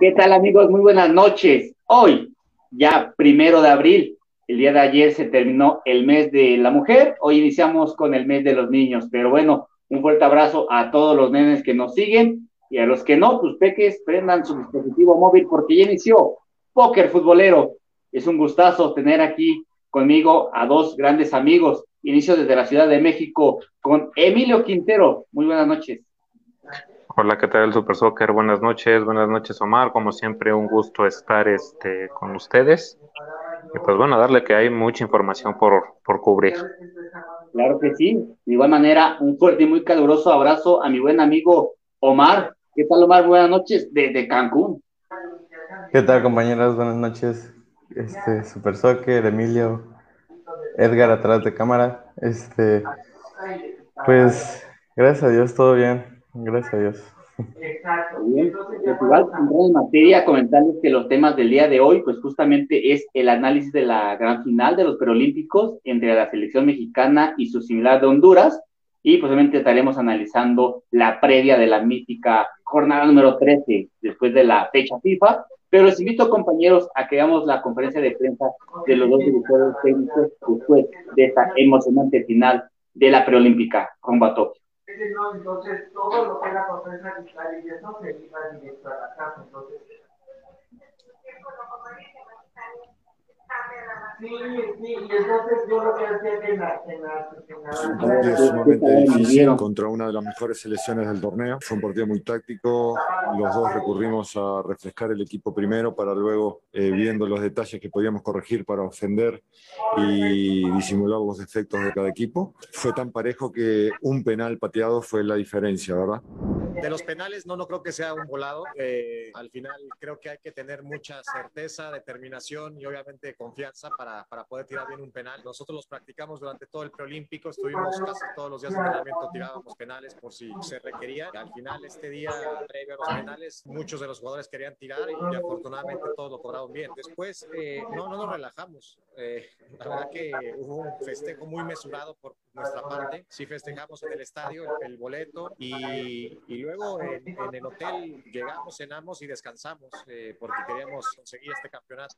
¿Qué tal, amigos? Muy buenas noches. Hoy, ya 1 de abril, el día de ayer se terminó el mes de la mujer, hoy iniciamos con el mes de los niños, pero bueno, un fuerte abrazo a todos los nenes que nos siguen y a los que no, pues peques, prendan su dispositivo móvil porque ya inició Póker Futbolero. Es un gustazo tener aquí conmigo a dos grandes amigos. Inicio desde la Ciudad de México con Emilio Quintero. Muy buenas noches. Hola, ¿qué tal, Super Soccer? Buenas noches, Omar. Como siempre, un gusto estar con ustedes. Y pues bueno, darle que hay mucha información por cubrir. Claro que sí. De igual manera, un fuerte y muy caluroso abrazo a mi buen amigo Omar. ¿Qué tal, Omar? Buenas noches desde Cancún. ¿Qué tal, compañeros? Buenas noches. Super Soccer, Emilio, Edgar atrás de cámara. Pues, gracias a Dios, todo bien. Gracias a Dios. Muy bien. Pues igual, entrando en materia, comentarles que los temas del día de hoy, pues justamente es el análisis de la gran final de los preolímpicos entre la selección mexicana y su similar de Honduras. Y pues obviamente estaremos analizando la previa de la mítica jornada número 13 después de la fecha FIFA. Pero les invito, compañeros, a que hagamos la conferencia de prensa de los dos directores técnicos después de esta emocionante final de la preolímpica con Bato. Entonces todo lo que era conferencia fiscal y eso se iba directo a la casa. Entonces, sí, sí, y entonces yo lo que hacía que Es un partido sumamente difícil contra una de las mejores selecciones del torneo. Fue un partido muy táctico. Los dos recurrimos a refrescar el equipo primero para luego, viendo los detalles que podíamos corregir para ofender y disimular los defectos de cada equipo. Fue tan parejo que un penal pateado fue la diferencia, ¿verdad? De los penales no creo que sea un volado. Al final creo que hay que tener mucha certeza, determinación y obviamente confianza para poder tirar bien un penal. Nosotros los practicamos durante todo el preolímpico, estuvimos casi todos los días de entrenamiento, tirábamos penales por si se requería. Al final este día previo a los penales muchos de los jugadores querían tirar y afortunadamente todos lo cobraron bien. Después no nos relajamos. La verdad que hubo un festejo muy mesurado por nuestra parte. Sí festejamos en el estadio el boleto y luego en el hotel llegamos, cenamos y descansamos porque queríamos conseguir este campeonato.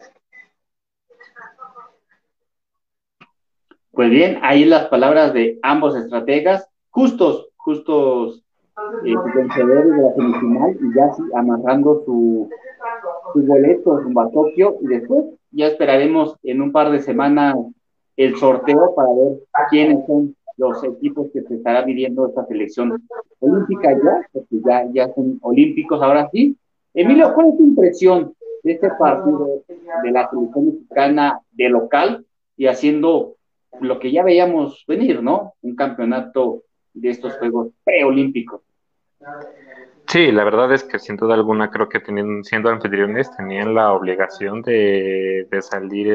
Pues bien, ahí las palabras de ambos estrategas, justos vencedores de la semifinal y ya sí, amarrando su boleto rumbo a Tokio y después ya esperaremos en un par de semanas el sorteo para ver quiénes son los equipos que se estará midiendo esta selección olímpica ya, porque ya son olímpicos ahora sí. Emilio, ¿cuál es tu impresión de este partido de la selección mexicana de local y haciendo lo que ya veíamos venir, ¿no? Un campeonato de estos Juegos preolímpicos. Sí, la verdad es que sin duda alguna creo que siendo anfitriones tenían la obligación de salir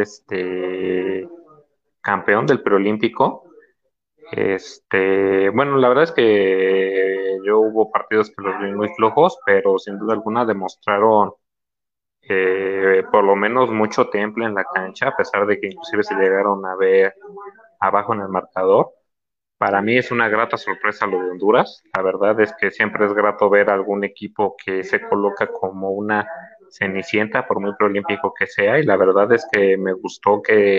campeón del preolímpico. Bueno, la verdad es que yo hubo partidos que los vi muy flojos, pero sin duda alguna demostraron por lo menos mucho temple en la cancha, a pesar de que inclusive se llegaron a ver abajo en el marcador. Para mí es una grata sorpresa lo de Honduras. La verdad es que siempre es grato ver algún equipo que se coloca como una cenicienta, por muy preolímpico que sea, y la verdad es que me gustó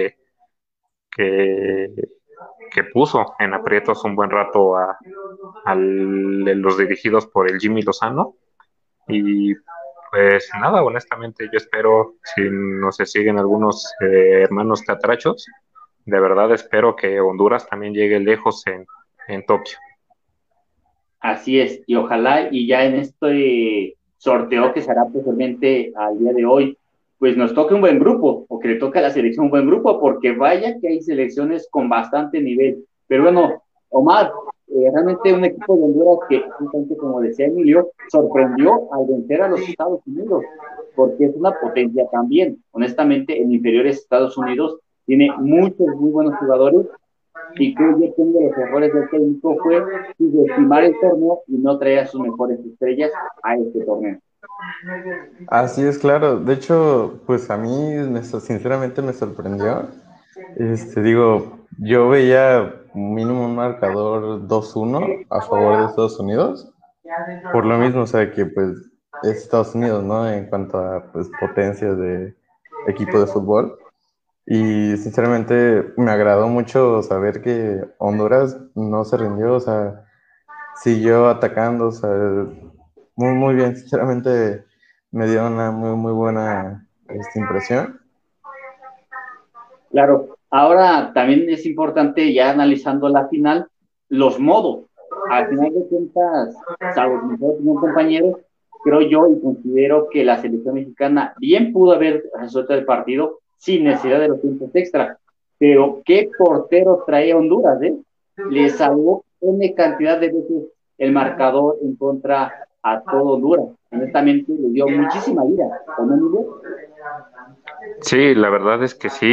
que, que puso en aprietos un buen rato a los dirigidos por el Jimmy Lozano. Y pues nada, honestamente yo espero, si no se siguen algunos hermanos catrachos, de verdad espero que Honduras también llegue lejos en Tokio. Así es, y ojalá y ya en este sorteo que se hará posiblemente al día de hoy, pues nos toque un buen grupo, o que le toque a la selección un buen grupo, porque vaya que hay selecciones con bastante nivel. Pero bueno, Omar, realmente un equipo de Honduras que, justamente como decía Emilio, sorprendió al vencer a los Estados Unidos, porque es una potencia también. Honestamente, en inferiores Estados Unidos tiene muchos muy buenos jugadores y creo yo que uno de los errores del técnico fue subestimar el torneo y no traer a sus mejores estrellas a este torneo. Así es, claro. De hecho, pues a mí sinceramente me sorprendió. Digo, yo veía mínimo un marcador 2-1 a favor de Estados Unidos. Por lo mismo, o sea, que pues Estados Unidos, ¿no? En cuanto a pues, potencia de equipo de fútbol. Y sinceramente me agradó mucho saber que Honduras no se rindió, o sea, siguió atacando, o sea, muy bien, sinceramente me dio una muy buena impresión. Claro, ahora también es importante, ya analizando la final, los modos. Al final de cuentas, salvo que me puedo tener compañeros, creo yo y considero que la selección mexicana bien pudo haber resuelto el partido sin necesidad de los tiempos extra. Pero qué portero trae Honduras, ¿eh? Le salvó N cantidad de veces el marcador en contra a todo Honduras. Honestamente, le dio muchísima vida. ¿O no, Emilio? Sí, la verdad es que sí.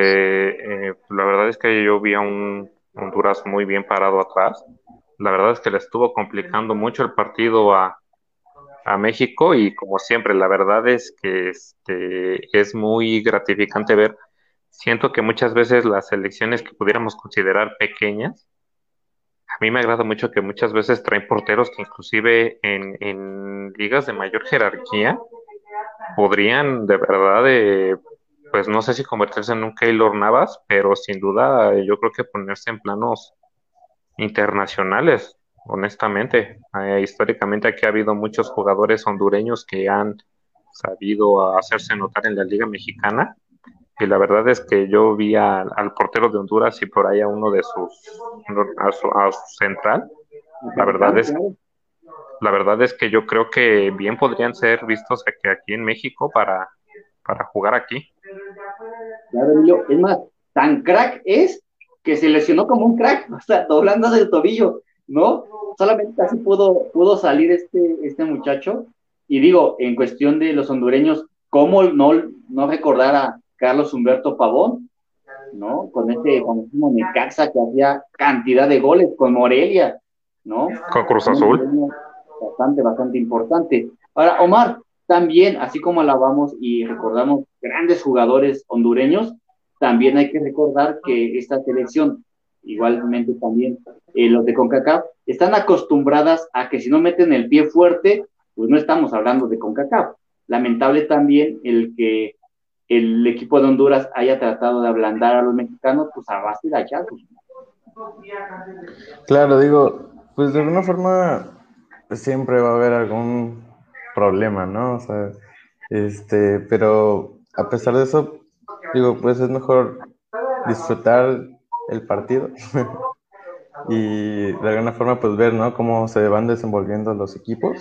La verdad es que yo vi a un Honduras muy bien parado atrás. La verdad es que le estuvo complicando mucho el partido a México y como siempre, la verdad es que es muy gratificante ver. Siento que muchas veces las selecciones que pudiéramos considerar pequeñas, a mí me agrada mucho que muchas veces traen porteros que inclusive en ligas de mayor jerarquía podrían de verdad, pues no sé si convertirse en un Keylor Navas, pero sin duda yo creo que ponerse en planos internacionales, honestamente. Históricamente aquí ha habido muchos jugadores hondureños que han sabido hacerse notar en la Liga Mexicana. Y la verdad es que yo vi al portero de Honduras y por ahí a uno de a su central. El La verdad capitán, es claro. la verdad es que yo creo que bien podrían ser vistos aquí en México para jugar aquí. Claro, Emilio. Es más, tan crack es que se lesionó como un crack, o sea, doblando del tobillo, ¿no? Solamente así pudo salir este muchacho. Y digo, en cuestión de los hondureños, ¿cómo no recordar a Carlos Humberto Pavón, ¿no? Con este famosísimo Necaxa que hacía cantidad de goles con Morelia, ¿no? Con Cruz Un Azul. hondureño bastante importante. Ahora, Omar, también, así como alabamos y recordamos grandes jugadores hondureños, también hay que recordar que esta selección, igualmente también los de CONCACAF, están acostumbradas a que si no meten el pie fuerte, pues no estamos hablando de CONCACAF. Lamentable también el que el equipo de Honduras haya tratado de ablandar a los mexicanos, pues a base de hachazos. Claro, digo, pues de alguna forma siempre va a haber algún problema, ¿no? O sea, pero a pesar de eso, digo, pues es mejor disfrutar el partido y de alguna forma pues ver, ¿no? Cómo se van desenvolviendo los equipos.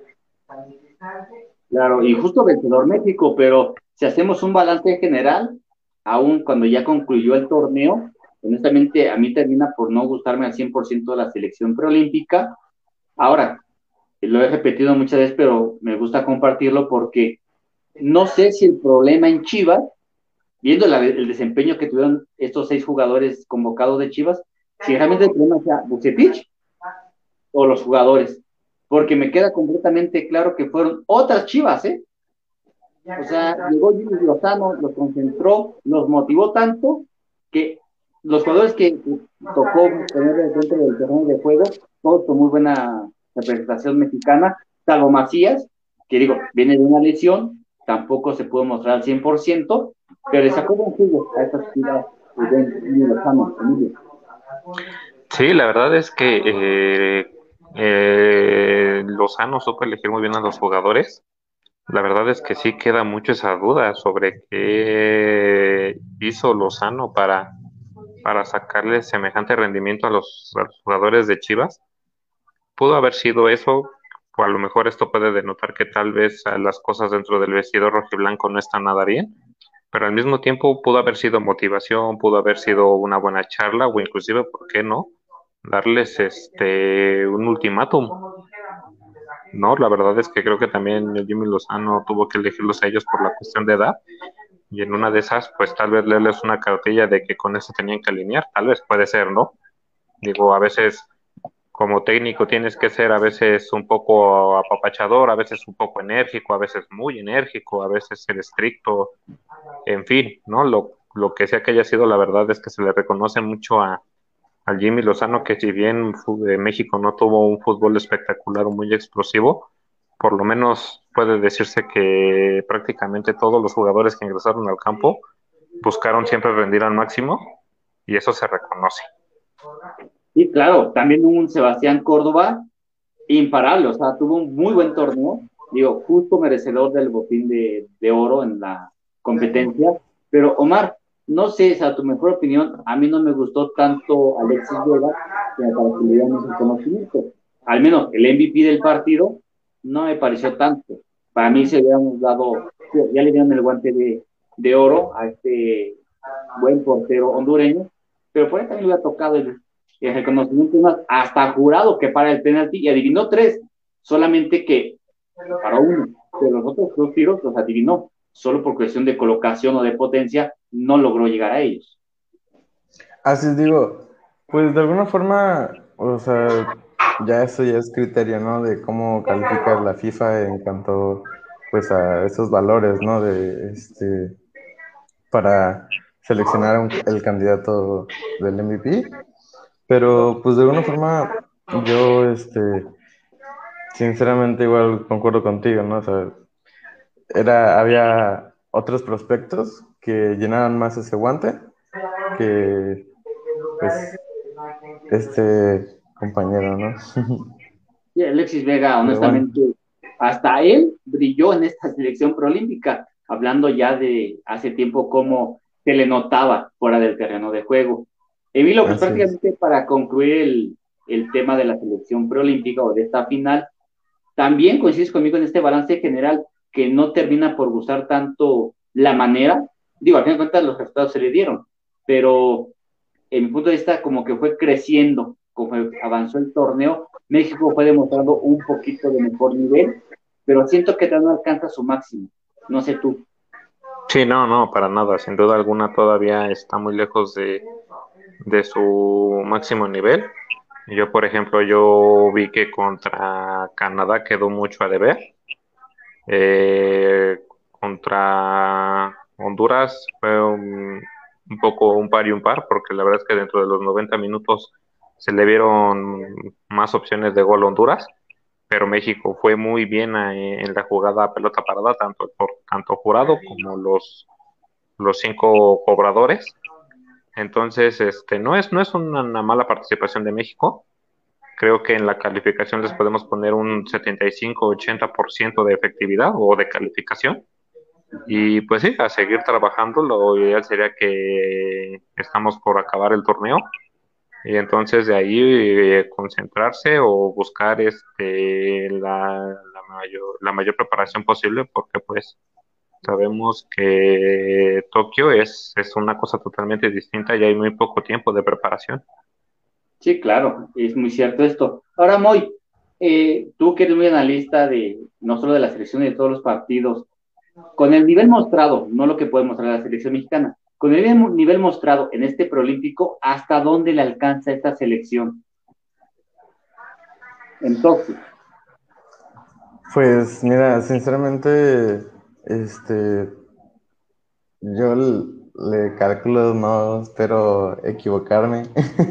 Claro, y justo vencedor México, pero si hacemos un balance general, aún cuando ya concluyó el torneo, honestamente a mí termina por no gustarme al 100% la selección preolímpica. Ahora, lo he repetido muchas veces, pero me gusta compartirlo porque no sé si el problema en Chivas, viendo el desempeño que tuvieron estos 6 jugadores convocados de Chivas, si realmente el problema sea Bucetich o los jugadores, porque me queda completamente claro que fueron otras Chivas, ¿eh? O sea, llegó Jimmy Lozano, los concentró, los motivó tanto que los jugadores que tocó tener dentro del terreno de juego, todos con muy buena representación mexicana, salvo Macías, que digo, viene de una lesión, tampoco se pudo mostrar al 100%, pero le sacó buen jugo a estas Chivas de Jimmy Lozano, Emilio. Sí, la verdad es que Lozano supo elegir muy bien a los jugadores. La verdad es que sí queda mucho esa duda sobre qué hizo Lozano para sacarle semejante rendimiento a los jugadores de Chivas. Pudo haber sido eso, o a lo mejor esto puede denotar que tal vez las cosas dentro del vestidor rojiblanco no están nada bien, pero al mismo tiempo pudo haber sido motivación, pudo haber sido una buena charla, o inclusive, ¿por qué no? Darles un ultimátum. No, la verdad es que creo que también Jimmy Lozano tuvo que elegirlos a ellos por la cuestión de edad, y en una de esas, pues tal vez leerles una cartilla de que con eso tenían que alinear, tal vez puede ser, ¿no? Digo, a veces como técnico tienes que ser a veces un poco apapachador, a veces un poco enérgico, a veces muy enérgico, a veces ser estricto, en fin, ¿no? Lo que sea que haya sido, la verdad es que se le reconoce mucho al Jimmy Lozano, que si bien México no tuvo un fútbol espectacular o muy explosivo, por lo menos puede decirse que prácticamente todos los jugadores que ingresaron al campo buscaron siempre rendir al máximo y eso se reconoce. Sí, claro, también un Sebastián Córdoba imparable, o sea, tuvo un muy buen torneo, digo, justo merecedor del botín de oro en la competencia, pero Omar, no sé, o sea, tu mejor opinión, a mí no me gustó tanto Alexis Vega, como para que le damos el conocimiento, al menos el MVP del partido, no me pareció tanto, para mí se hubiéramos dado, ya le dieron el guante de oro a este buen portero hondureño, pero por ahí también le hubiera tocado el reconocimiento más, hasta jurado que para el penalti y adivinó 3, solamente que para uno, pero los otros 2 tiros los adivinó, solo por cuestión de colocación o de potencia no logró llegar a ellos. Así digo, pues de alguna forma, o sea, ya eso ya es criterio, ¿no? De cómo califica la FIFA en cuanto, pues, a esos valores, ¿no? Para seleccionar el candidato del MVP. Pero, pues, de alguna forma, yo, sinceramente, igual concuerdo contigo, ¿no? O sea, había otros prospectos que llenaban más ese guante que, pues, compañero, ¿no? Y Alexis Vega, Pero bueno, honestamente, hasta él brilló en esta selección proolímpica, hablando ya de hace tiempo cómo se le notaba fuera del terreno de juego. Emilio, pues así es. prácticamente para concluir el tema de la selección preolímpica o de esta final, también coincides conmigo en este balance general que no termina por gustar tanto la manera, digo, al fin de cuentas los resultados se le dieron, pero en mi punto de vista como que fue creciendo, como avanzó el torneo, México fue demostrando un poquito de mejor nivel, pero siento que no alcanza su máximo, no sé tú. Sí, no, para nada, sin duda alguna todavía está muy lejos de su máximo nivel. Yo, por ejemplo, yo vi que contra Canadá quedó mucho a deber. Contra Honduras fue un poco un par y un par, porque la verdad es que dentro de los 90 minutos se le vieron más opciones de gol a Honduras, pero México fue muy bien en la jugada a pelota parada, tanto jurado como los 5 cobradores. Entonces, no es una mala participación de México. Creo que en la calificación les podemos poner un 75-80% de efectividad o de calificación. Y pues sí, a seguir trabajando. Lo ideal sería que estamos por acabar el torneo y entonces de ahí concentrarse o buscar la mayor preparación posible, porque pues sabemos que Tokio es una cosa totalmente distinta y hay muy poco tiempo de preparación. Sí, claro, es muy cierto esto. Ahora, Moy, tú que eres muy analista de no solo de la selección y de todos los partidos, con el nivel mostrado, no lo que puede mostrar la selección mexicana, con el nivel mostrado en este preolímpico, ¿hasta dónde le alcanza esta selección en Tokio? Pues mira, sinceramente, este, yo le calculo, no espero equivocarme,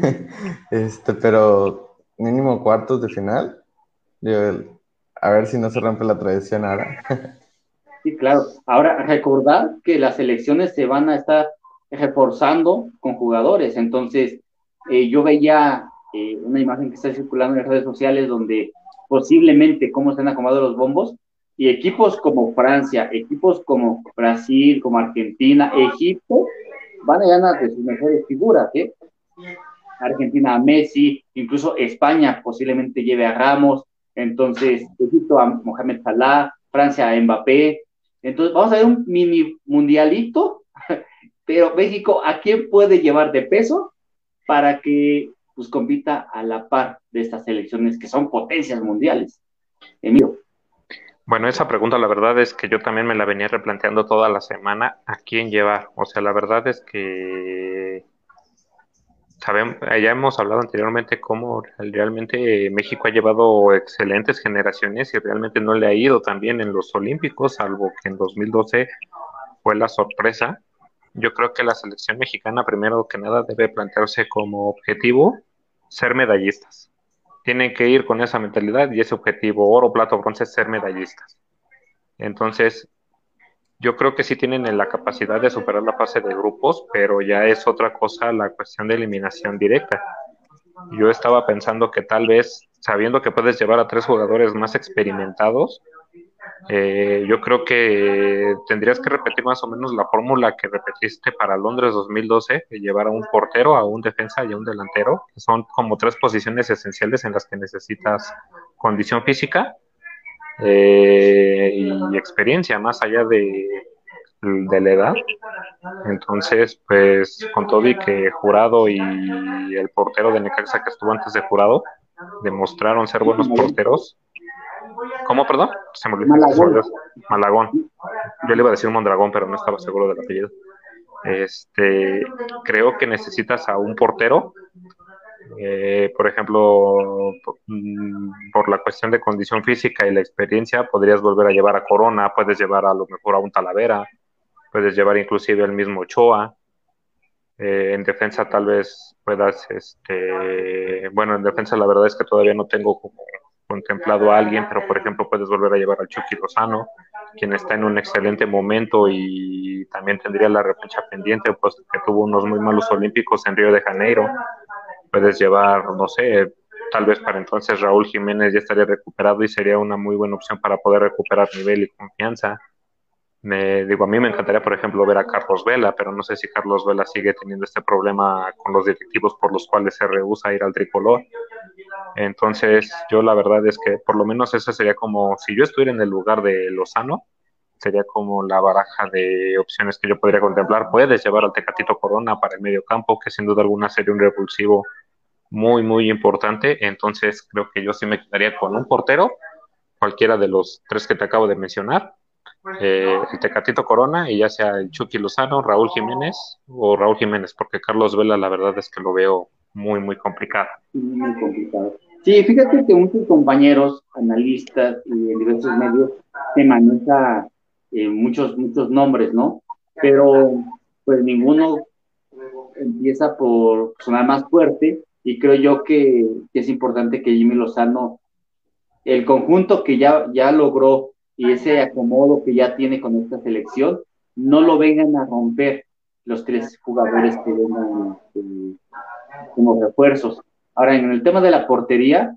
pero mínimo cuartos de final. Yo, a ver si no se rompe la tradición ahora. Sí, claro. Ahora, recordar que las selecciones se van a estar reforzando con jugadores. Entonces, yo veía una imagen que está circulando en las redes sociales donde posiblemente cómo están acomodados los bombos y equipos como Francia, equipos como Brasil, como Argentina, Egipto, van a ganar de sus mejores figuras, ¿eh? Argentina a Messi, incluso España posiblemente lleve a Ramos, entonces Egipto a Mohamed Salah, Francia a Mbappé, entonces vamos a ver un mini mundialito, pero México, ¿a quién puede llevar de peso para que pues compita a la par de estas selecciones que son potencias mundiales? Emilio. Bueno, esa pregunta la verdad es que yo también me la venía replanteando toda la semana a quién llevar. O sea, la verdad es que ya hemos hablado anteriormente cómo realmente México ha llevado excelentes generaciones y realmente no le ha ido tan bien en los Olímpicos, salvo que en 2012 fue la sorpresa. Yo creo que la selección mexicana, primero que nada, debe plantearse como objetivo ser medallistas. Tienen que ir con esa mentalidad y ese objetivo, oro, plata, bronce, ser medallistas. Entonces, yo creo que sí tienen la capacidad de superar la fase de grupos, pero ya es otra cosa la cuestión de eliminación directa. Yo estaba pensando que tal vez, sabiendo que puedes llevar a 3 jugadores más experimentados, yo creo que tendrías que repetir más o menos la fórmula que repetiste para Londres 2012, de llevar a un portero, a un defensa y a un delantero, que son como 3 posiciones esenciales en las que necesitas condición física y experiencia, más allá de la edad. Entonces, pues con todo y que Jurado y el portero de Necaxa que estuvo antes de Jurado demostraron ser buenos porteros. ¿Cómo, perdón? Se me olvidó. Malagón. Yo le iba a decir Mondragón, pero no estaba seguro del apellido. Creo que necesitas a un portero, por ejemplo, por la cuestión de condición física y la experiencia, podrías volver a llevar a Corona, puedes llevar a lo mejor a un Talavera, puedes llevar inclusive al mismo Ochoa. En defensa tal vez puedas, bueno, en defensa la verdad es que todavía no tengo como contemplado a alguien, pero por ejemplo puedes volver a llevar al Chucky Lozano, quien está en un excelente momento y también tendría la revancha pendiente, pues que tuvo unos muy malos olímpicos en Río de Janeiro. Puedes llevar, no sé, tal vez para entonces Raúl Jiménez ya estaría recuperado y sería una muy buena opción para poder recuperar nivel y confianza. A mí me encantaría, por ejemplo, ver a Carlos Vela, pero no sé si Carlos Vela sigue teniendo este problema con los directivos por los cuales se rehúsa a ir al tricolor. Entonces, yo la verdad es que por lo menos eso sería como, si yo estuviera en el lugar de Lozano, sería como la baraja de opciones que yo podría contemplar. Puedes llevar al Tecatito Corona para el medio campo, que sin duda alguna sería un revulsivo muy, muy importante. Entonces, creo que yo sí me quedaría con un portero, cualquiera de los 3 que te acabo de mencionar, el Tecatito Corona y ya sea el Chucky Lozano, Raúl Jiménez, porque Carlos Vela la verdad es que lo veo muy, muy complicado. Muy complicado. Sí, fíjate que muchos compañeros, analistas y en diversos medios se maneja muchos nombres, ¿no? Pero pues ninguno empieza por sonar más fuerte y creo yo que es importante que Jimmy Lozano, el conjunto que ya logró y ese acomodo que ya tiene con esta selección, no lo vengan a romper los 3 jugadores que vengan como refuerzos. Ahora, en el tema de la portería,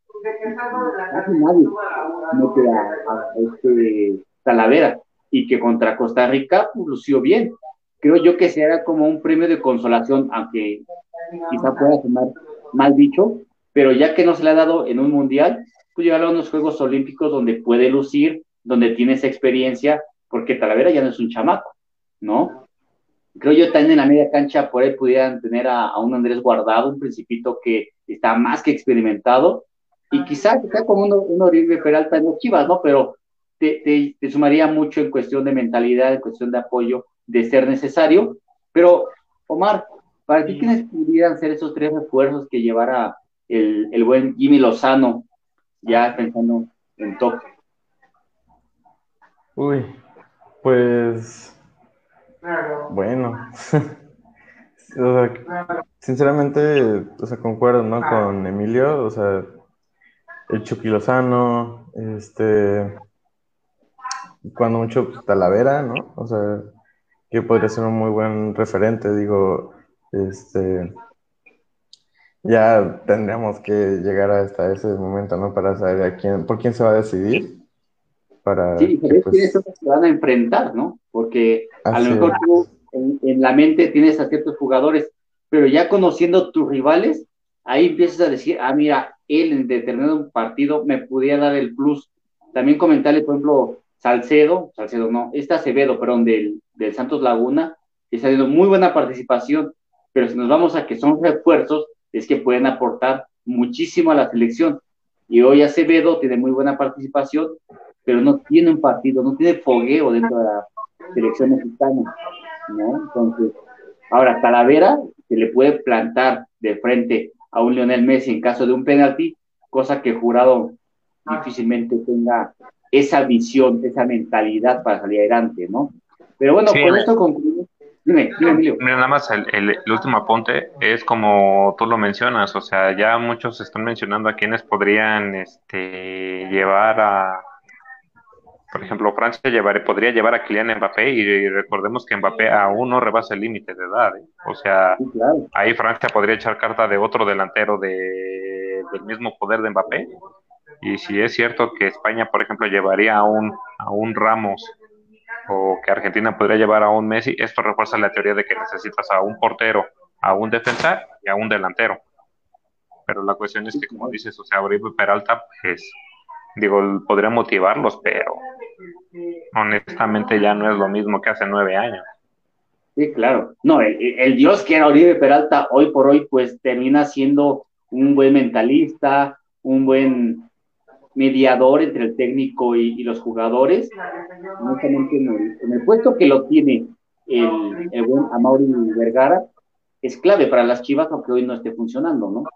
casi nadie mete a Talavera y que contra Costa Rica pues, lució bien. Creo yo que será como un premio de consolación, aunque quizá pueda sonar mal dicho, pero ya que no se le ha dado en un mundial, pues llegar a unos Juegos Olímpicos donde puede lucir, donde tiene esa experiencia, porque Talavera ya no es un chamaco, ¿no? Creo yo también en la media cancha por ahí pudieran tener a un Andrés Guardado, un principito que está más que experimentado, y quizá como un Oribe Peralta en los Chivas, ¿no? Pero te sumaría mucho en cuestión de mentalidad, en cuestión de apoyo, de ser necesario. Pero, Omar, ¿para ti quiénes pudieran ser esos 3 refuerzos que llevara el buen Jimmy Lozano, ya pensando en top? Uy, pues bueno, o sea, sinceramente, o sea, concuerdo, ¿no? Con Emilio, o sea, el Chucky Lozano, cuando mucho pues, Talavera, ¿no? O sea, que podría ser un muy buen referente, digo, ya tendríamos que llegar hasta ese momento, ¿no? Para saber por quién se va a decidir, Sí, y para que saber quiénes son pues, los que van a enfrentar, ¿no? Porque a lo así mejor es. tú en la mente tienes a ciertos jugadores, pero ya conociendo tus rivales, ahí empiezas a decir, ah, mira, él en determinado partido me pudiera dar el plus. También comentarle, por ejemplo, Salcedo no, Acevedo, perdón, del Santos Laguna, que está haciendo muy buena participación, pero si nos vamos a que son refuerzos, es que pueden aportar muchísimo a la selección. Y hoy Acevedo tiene muy buena participación, pero no tiene un partido, no tiene fogueo dentro de la selección mexicana, ¿no? Entonces, ahora Talavera se le puede plantar de frente a un Lionel Messi en caso de un penalti, cosa que Jurado difícilmente tenga esa visión, esa mentalidad para salir adelante, ¿no? Pero bueno, Sí, con esto concluimos. Dime, Emilio. mira, nada más el último apunte es como tú lo mencionas, o sea, ya muchos están mencionando a quienes podrían llevar Por ejemplo, Francia podría llevar a Kylian Mbappé y recordemos que Mbappé aún no rebasa el límite de edad, ¿eh? O sea, Sí, claro. ahí Francia podría echar carta de otro delantero del mismo poder de Mbappé. Y si es cierto que España, por ejemplo, llevaría a un Ramos o que Argentina podría llevar a un Messi, esto refuerza la teoría de que necesitas a un portero, a un defensa y a un delantero. Pero la cuestión es Sí, que, como claro. dices, o sea, Oribe Peralta, pues, digo, podría motivarlos, pero honestamente ya no es lo mismo que hace 9 años. Sí, claro. No, el dios que era Oribe Peralta, hoy por hoy, pues termina siendo un buen mentalista, un buen mediador entre el técnico y los jugadores. Honestamente, en el puesto que lo tiene el buen Amaury Vergara, es clave para las Chivas, aunque hoy no esté funcionando, ¿no?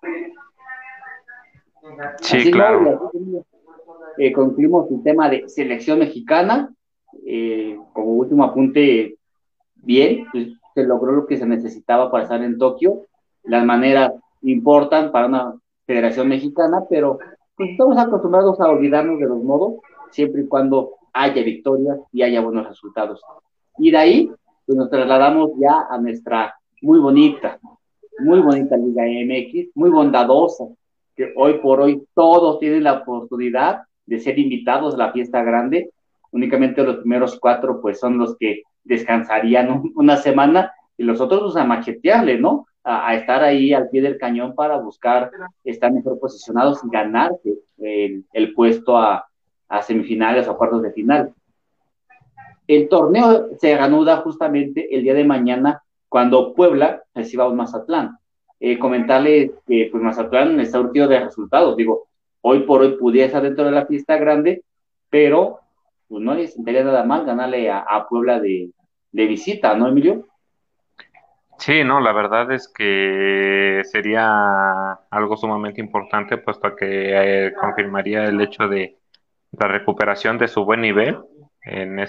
Sí, Así, ¿no? Y claro. así concluimos el tema de selección mexicana. Como último apunte, bien, pues, se logró lo que se necesitaba para estar en Tokio. Las maneras importan para una federación mexicana, pero pues estamos acostumbrados a olvidarnos de los modos, siempre y cuando haya victorias y haya buenos resultados. Y de ahí, pues nos trasladamos ya a nuestra muy bonita Liga MX, muy bondadosa, que hoy por hoy todos tienen la oportunidad de ser invitados a la fiesta grande. Únicamente los primeros 4 pues son los que descansarían una semana y los otros pues a machetearle, ¿no? A estar ahí al pie del cañón para buscar estar mejor posicionados y ganarse el puesto a semifinales o a cuartos de final. El torneo se reanuda justamente el día de mañana cuando Puebla reciba a un Mazatlán. Comentarles que pues Mazatlán está urgido de resultados. Digo, hoy por hoy pudiera estar dentro de la fiesta grande, pero pues no les sentaría nada mal ganarle a Puebla de visita, ¿no, Emilio? Sí, no, la verdad es que sería algo sumamente importante, puesto que confirmaría el hecho de la recuperación de su buen nivel en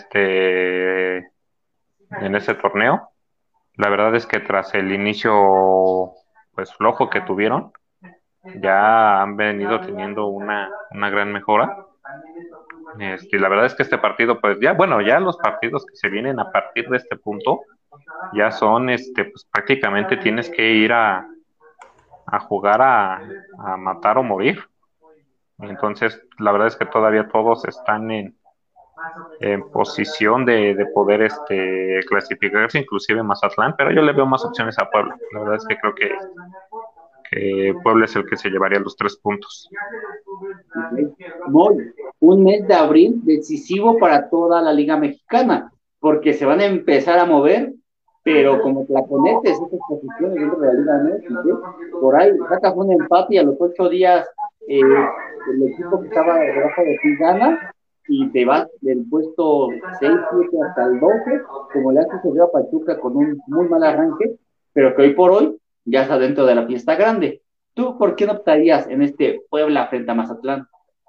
este torneo. La verdad es que tras el inicio pues flojo que tuvieron, ya han venido teniendo una gran mejora. La verdad es que este partido, pues ya, bueno, ya los partidos que se vienen a partir de este punto ya son, pues prácticamente tienes que ir a jugar a matar o morir. Entonces, la verdad es que todavía todos están en posición de poder clasificarse, inclusive Mazatlán, pero yo le veo más opciones a Puebla. La verdad es que creo que Puebla es el que se llevaría los 3 puntos. Muy, un mes de abril decisivo para toda la Liga Mexicana, porque se van a empezar a mover, pero como tlaconetes, estas posiciones dentro de la Liga MX, ¿eh? Por ahí sacas un empate y a los 8 días el equipo que estaba debajo de ti gana y te vas del puesto 6 7 hasta el 12 como le ha sucedido a Pachuca con un muy mal arranque, pero que hoy por hoy ya está dentro de la fiesta grande. ¿Tú por qué no optarías en este Puebla frente a Mazatlán?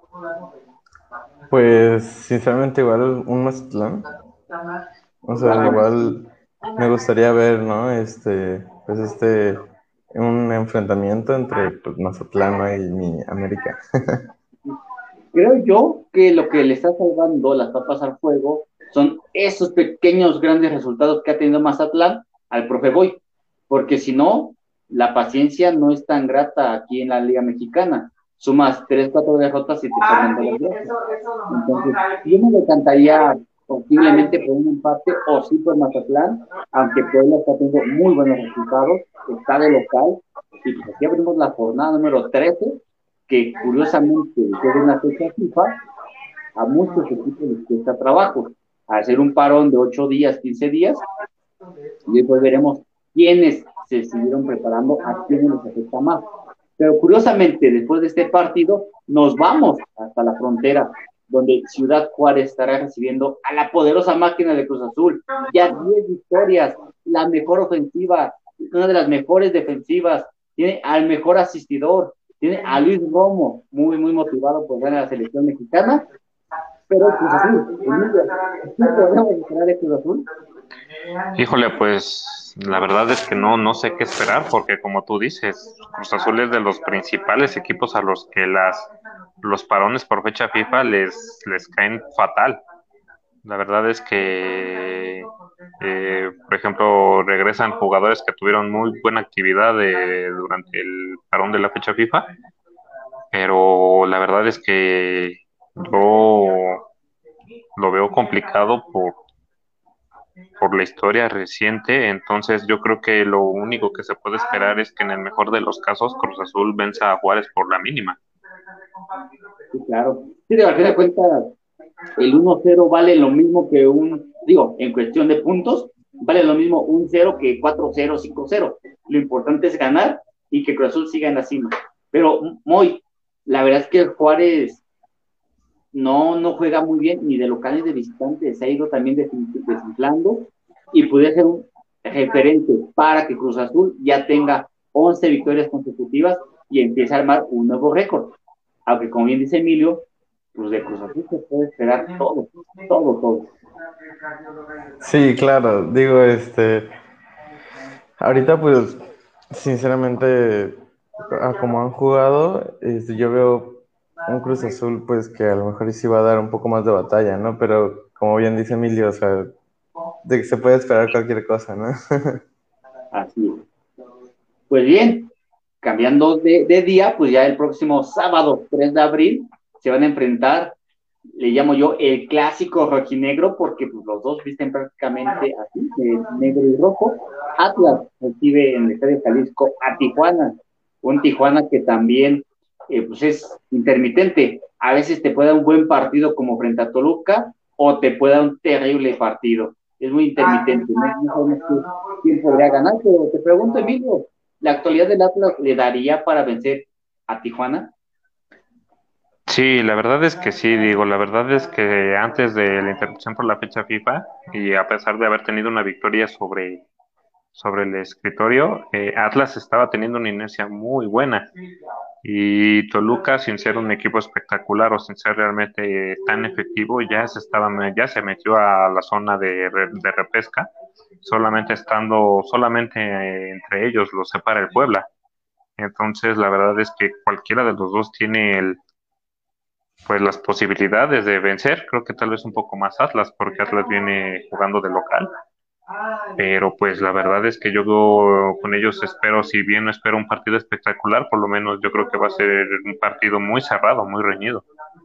Pues sinceramente igual un Mazatlán. O sea, Wow. igual me gustaría ver, ¿no? Pues un enfrentamiento entre pues, Mazatlán, ¿no? y mi América. Creo yo que lo que le está salvando las papas al fuego son esos pequeños grandes resultados que ha tenido Mazatlán al profe Boy, porque si no, la paciencia no es tan grata aquí en la Liga Mexicana. Sumas 3, 4 derrotas y te tornan de las gracias. Entonces, yo me decantaría posiblemente por un empate o sí por Mazatlán, aunque Puebla está teniendo muy buenos resultados, está de local, y pues aquí abrimos la jornada número 13 que curiosamente, después de una fecha FIFA, a muchos equipos les cuesta trabajo. Hacer un parón de 8 días, 15 días, y después veremos quiénes se siguieron preparando, a quiénes les afecta más. Pero curiosamente, después de este partido, nos vamos hasta la frontera, donde Ciudad Juárez estará recibiendo a la poderosa máquina de Cruz Azul. Ya 10 victorias, la mejor ofensiva, una de las mejores defensivas, tiene al mejor asistidor, tiene a Luis Romo, muy, muy motivado por ganar la selección mexicana, pero Cruz Azul, Emilio, ¿qué podemos esperar de Cruz Azul? Híjole, pues la verdad es que no sé qué esperar, porque como tú dices, Cruz Azul es de los principales equipos a los que los parones por fecha FIFA les caen fatal. La verdad es que, por ejemplo, regresan jugadores que tuvieron muy buena actividad durante el parón de la fecha FIFA, pero la verdad es que yo lo veo complicado por la historia reciente, entonces yo creo que lo único que se puede esperar es que en el mejor de los casos Cruz Azul venza a Juárez por la mínima. Sí, claro. Sí, de verdad de cuentas, el 1-0 vale lo mismo que digo, en cuestión de puntos, vale lo mismo un 0 que 4-0, 5-0. Lo importante es ganar y que Cruz Azul siga en la cima. Pero, Moy, la verdad es que Juárez no juega muy bien, ni de local ni de visitante, se ha ido también desinflando y puede ser un referente para que Cruz Azul ya tenga 11 victorias consecutivas y empiece a armar un nuevo récord. Aunque como bien dice Emilio, pues de Cruz Azul se puede esperar todo, todo, todo. Sí, claro, digo, ahorita pues, sinceramente, a como han jugado, yo veo un Cruz Azul pues que a lo mejor sí va a dar un poco más de batalla, ¿no? Pero como bien dice Emilio, o sea, de que se puede esperar cualquier cosa, ¿no? Así es. Pues bien, cambiando de día, pues ya el próximo sábado 3 de abril se van a enfrentar, le llamo yo el clásico rojinegro, porque pues, los dos visten prácticamente así, de negro y rojo. Atlas recibe en el Estadio Jalisco a Tijuana, un Tijuana que también pues es intermitente. A veces te puede dar un buen partido como frente a Toluca o te puede dar un terrible partido. Es muy intermitente, no sabemos quién podría ganar, pero te pregunto, Emilio, ¿la actualidad del Atlas le daría para vencer a Tijuana? Sí, la verdad es que sí, digo, la verdad es que antes de la interrupción por la fecha FIFA y a pesar de haber tenido una victoria sobre el escritorio, Atlas estaba teniendo una inercia muy buena y Toluca, sin ser un equipo espectacular o sin ser realmente tan efectivo, ya se metió a la zona de repesca, solamente entre ellos lo separa el Puebla. Entonces, la verdad es que cualquiera de los dos tiene pues las posibilidades de vencer. Creo que tal vez un poco más Atlas, porque Atlas viene jugando de local. Pero pues la verdad es que yo con ellos espero, si bien no espero un partido espectacular, por lo menos yo creo que va a ser un partido muy cerrado, muy reñido.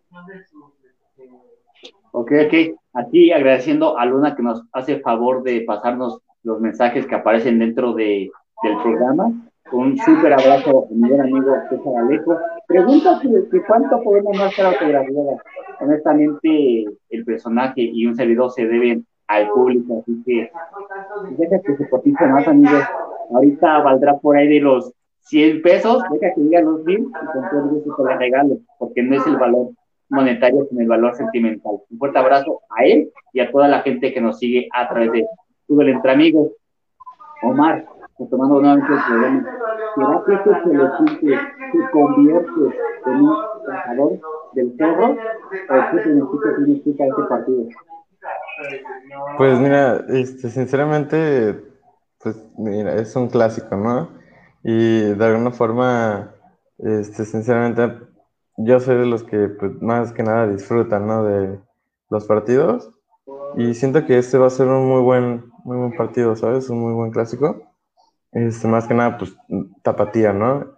Ok, ok. Aquí agradeciendo a Luna que nos hace el favor de pasarnos los mensajes que aparecen dentro del programa. Un súper abrazo a mi buen amigo César Alejo. Pregunta que cuánto podemos más estar autografiada. Honestamente, el personaje y un servidor se deben al público, así que deja que se cotice más, amigos. Ahorita valdrá por ahí de los 100 pesos, deja que diga los 1000 y con todo gusto te la regalo, porque no es el valor monetario, sino el valor sentimental. Un fuerte abrazo a él y a toda la gente que nos sigue a través de Google Entre Amigos. Omar, retomando nuevamente el programa, ¿será que este Celestinte se convierte en un cazador del zorro? ¿O qué significa este partido? Pues mira, sinceramente, pues mira, es un clásico, ¿no? Y de alguna forma, sinceramente, yo soy de los que pues, más que nada disfrutan, ¿no? De los partidos. Y siento que este va a ser un muy buen partido, ¿sabes? Un muy buen clásico. Más que nada, pues, tapatía, ¿no?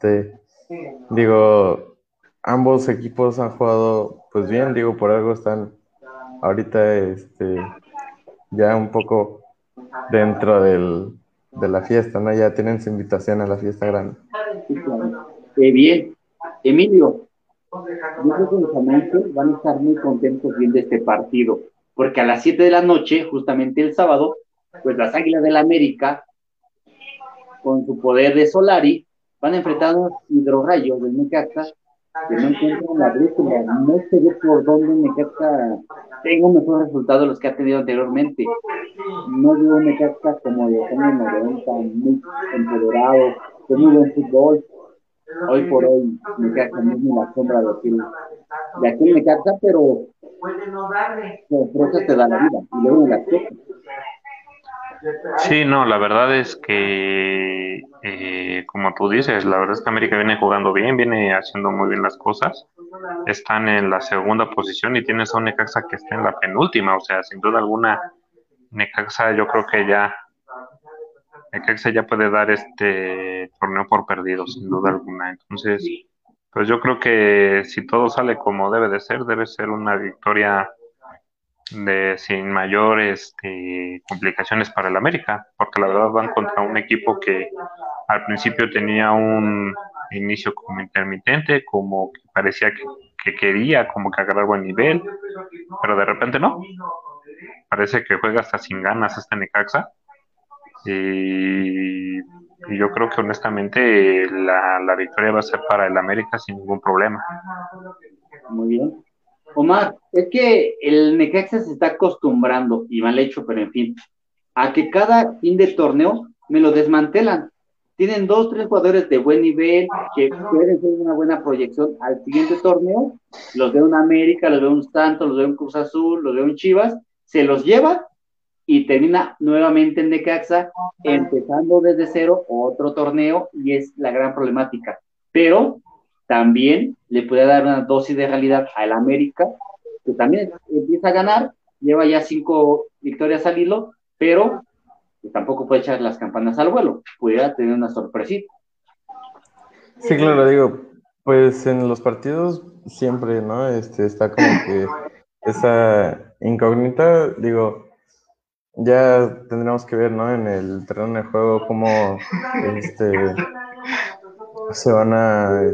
Digo, ambos equipos han jugado, pues bien, digo, por algo están ahorita, ya un poco dentro de la fiesta, ¿no? Ya tienen su invitación a la fiesta grande. Sí, claro. Bien, Emilio, yo creo que los amantes van a estar muy contentos viendo este partido, porque a las 7 de la noche, justamente el sábado, pues las Águilas del la América, con su poder de Solari, van a enfrentar a los hidrorrayos del Necaxa, que no encuentran la brújula, no sé por dónde Necaxa tenga un mejor resultado de los que ha tenido anteriormente. No veo un Necaxa como de los años 90, muy empoderado, con muy buen fútbol. Hoy por hoy Necaxa no es ni la sombra de aquel Necaxa, pero sorpresas te da la vida, y luego en el Azteca. Sí, no, la verdad es que, como tú dices, la verdad es que América viene jugando bien, viene haciendo muy bien las cosas. están en la segunda posición y tienes a un Necaxa que está en la penúltima, o sea, sin duda alguna, Necaxa yo creo que Necaxa ya puede dar este torneo por perdido, sin duda alguna. Entonces, pues yo creo que si todo sale como debe ser una victoria sin mayores complicaciones para el América, porque la verdad van contra un equipo que al principio tenía un inicio como intermitente, como que parecía que quería como que agarrar buen nivel, pero de repente no. Parece que juega hasta sin ganas este Necaxa. Y yo creo que honestamente la victoria va a ser para el América sin ningún problema. Muy bien. Omar, es que el Necaxa se está acostumbrando, y mal hecho, pero en fin, a que cada fin de torneo me lo desmantelan. Tienen 2, 3 jugadores de buen nivel que pueden ser una buena proyección al siguiente torneo. Los de un América, los de un Santos, los de un Cruz Azul, los de un Chivas, se los lleva y termina nuevamente en Necaxa, empezando desde cero otro torneo, y es la gran problemática. Pero también le puede dar una dosis de realidad al América, que también empieza a ganar, lleva ya 5 victorias al hilo, pero tampoco puede echar las campanas al vuelo, pudiera tener una sorpresita. Sí, claro, digo, pues en los partidos siempre, ¿no? Está como que esa incógnita, digo, ya tendremos que ver, ¿no? En el terreno de juego cómo, se van a,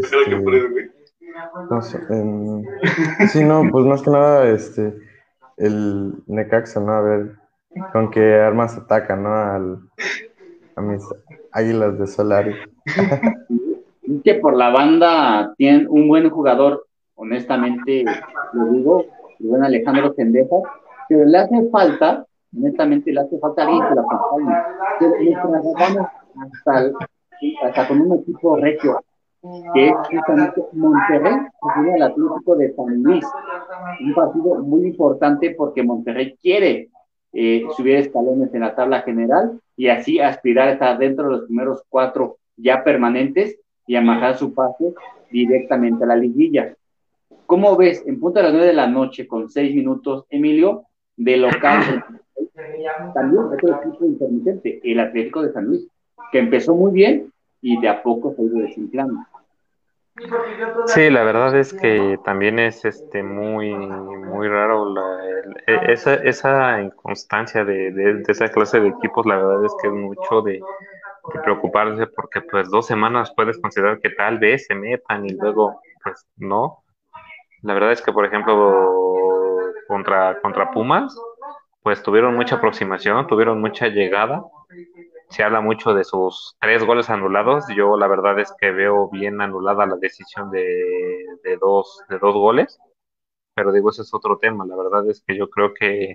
sí, no, pues más que nada, el Necaxa, ¿no? A ver con qué armas atacan, ¿no? A mis Águilas de Solari. Es que por la banda tienen un buen jugador, honestamente, lo digo, el buen Alejandro Sendejas, pero le hace falta, honestamente, le hace falta alguien que la acompañe. Mientras vamos hasta con un equipo regio, que es justamente Monterrey, que tiene el Atlético de San Luis. Un partido muy importante porque Monterrey quiere subir escalones en la tabla general y así aspirar a estar dentro de los primeros 4 ya permanentes y amajar su pase directamente a la liguilla. ¿Cómo ves? En punto de las 9 de la noche, con 6 minutos, Emilio, de local, también otro equipo intermitente, el Atlético de San Luis, que empezó muy bien y de a poco se ha ido desinflando. Sí, la verdad es que también es muy raro esa inconstancia de esa clase de equipos. La verdad es que es mucho de preocuparse porque pues 2 semanas puedes considerar que tal vez se metan y luego pues no. La verdad es que por ejemplo contra Pumas pues tuvieron mucha aproximación, tuvieron mucha llegada. Se habla mucho de sus 3 goles anulados. Yo la verdad es que veo bien anulada la decisión de dos goles, pero digo, ese es otro tema. La verdad es que yo creo que